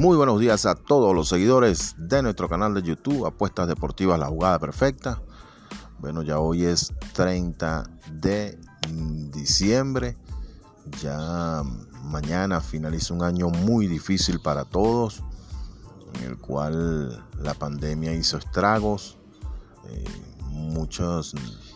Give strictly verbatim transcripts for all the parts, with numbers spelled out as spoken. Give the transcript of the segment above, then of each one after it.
Muy buenos días a todos los seguidores de nuestro canal de YouTube, Apuestas Deportivas La Jugada Perfecta. Bueno, ya hoy es treinta de diciembre. Ya mañana finaliza un año muy difícil para todos, en el cual la pandemia hizo estragos. Eh, muchos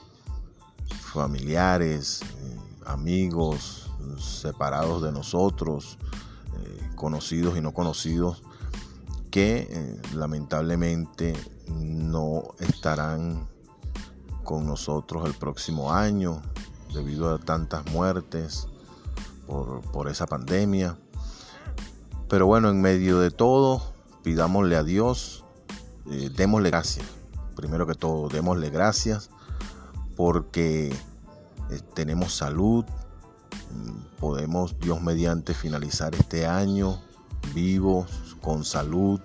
familiares, eh, amigos separados de nosotros, eh, conocidos y no conocidos, que eh, lamentablemente no estarán con nosotros el próximo año debido a tantas muertes por, por esa pandemia. Pero bueno, en medio de todo, pidámosle a Dios, eh, démosle gracias. Primero que todo, démosle gracias porque eh, tenemos salud, podemos, Dios mediante, finalizar este año vivos, con salud,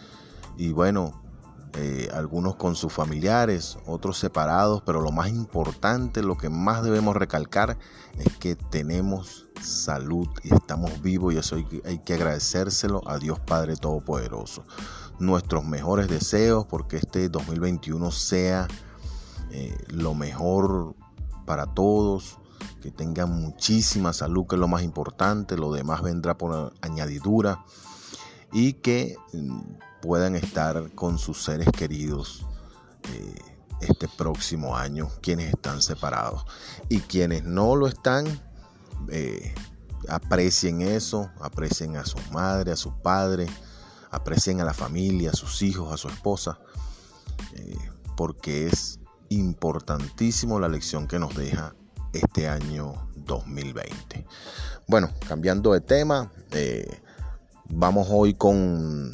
y bueno, eh, algunos con sus familiares, otros separados, pero lo más importante, lo que más debemos recalcar es que tenemos salud y estamos vivos, y eso hay que, hay que agradecérselo a Dios Padre Todopoderoso. Nuestros mejores deseos porque este dos mil veintiuno sea eh, lo mejor para todos, que tengan muchísima salud, que es lo más importante, lo demás vendrá por añadidura, y que mm, puedan estar con sus seres queridos eh, este próximo año, quienes están separados, y quienes no lo están, eh, aprecien eso, aprecien a su madre, a su padre, aprecien a la familia, a sus hijos, a su esposa, eh, porque es importantísimo la lección que nos deja este año dos mil veinte. Bueno, cambiando de tema, eh, vamos hoy con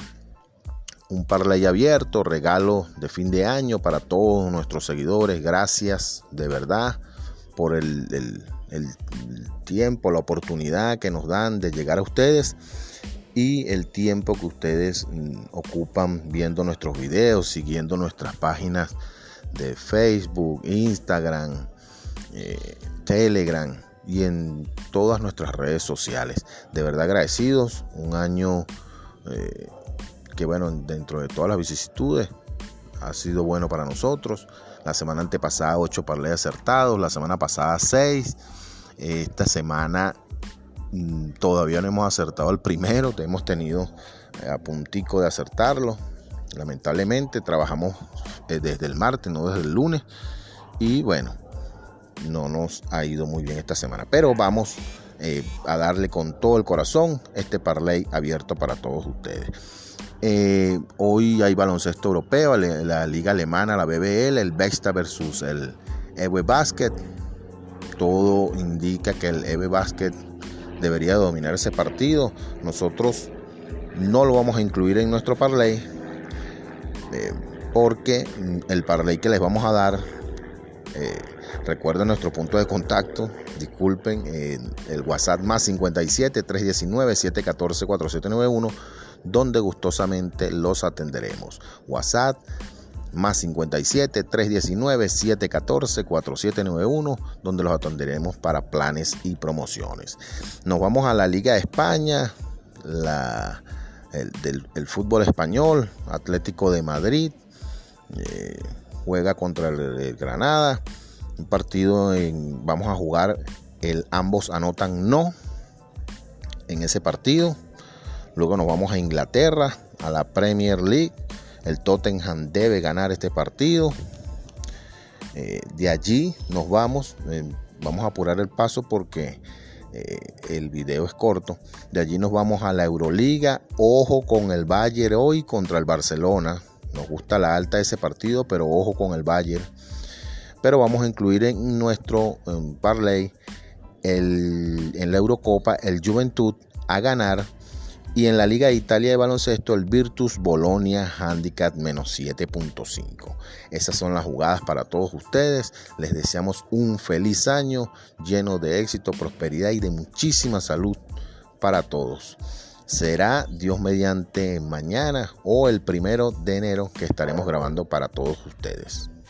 un parlay abierto, regalo de fin de año para todos nuestros seguidores. Gracias de verdad por el, el, el tiempo, la oportunidad que nos dan de llegar a ustedes y el tiempo que ustedes mm, ocupan viendo nuestros videos, siguiendo nuestras páginas de Facebook, Instagram, eh, Telegram y en todas nuestras redes sociales. De verdad agradecidos, un año eh, que bueno, dentro de todas las vicisitudes ha sido bueno para nosotros. La semana antepasada ocho parlays acertados, la semana pasada seis, esta semana mmm, todavía no hemos acertado el primero, hemos tenido eh, a puntico de acertarlo. Lamentablemente trabajamos eh, desde el martes, no desde el lunes, y bueno, no nos ha ido muy bien esta semana, pero vamos eh, a darle con todo el corazón este parlay abierto para todos ustedes. Eh, hoy hay baloncesto europeo, la, la liga alemana, la B B L, el Besta versus el E B Basket. Todo indica que el E B Basket debería dominar ese partido. Nosotros no lo vamos a incluir en nuestro parlay eh, porque el parlay que les vamos a dar, eh, recuerden nuestro punto de contacto, disculpen, eh, el WhatsApp más cincuenta y siete, trescientos diecinueve, setecientos catorce, cuarenta y siete noventa y uno, donde gustosamente los atenderemos. WhatsApp más cincuenta y siete, trescientos diecinueve, setecientos catorce, cuarenta y siete noventa y uno, donde los atenderemos para planes y promociones. Nos vamos a la Liga de España, la, el, del, el fútbol español. Atlético de Madrid eh, juega contra el, el Granada. Un partido en, vamos a jugar el ambos anotan no en ese partido. Luego nos vamos a Inglaterra, a la Premier League. El Tottenham debe ganar este partido. Eh, de allí nos vamos, eh, vamos a apurar el paso porque eh, el video es corto. De allí nos vamos a la Euroliga. Ojo con el Bayern hoy contra el Barcelona. Nos gusta la alta de ese partido, pero ojo con el Bayern. Pero vamos a incluir en nuestro um, parlay el, en la Eurocopa el Juventud a ganar, y en la Liga de Italia de baloncesto el Virtus Bolonia handicap menos siete punto cinco. Esas son las jugadas para todos ustedes. Les deseamos un feliz año lleno de éxito, prosperidad y de muchísima salud para todos. Será Dios mediante mañana o el primero de enero que estaremos grabando para todos ustedes.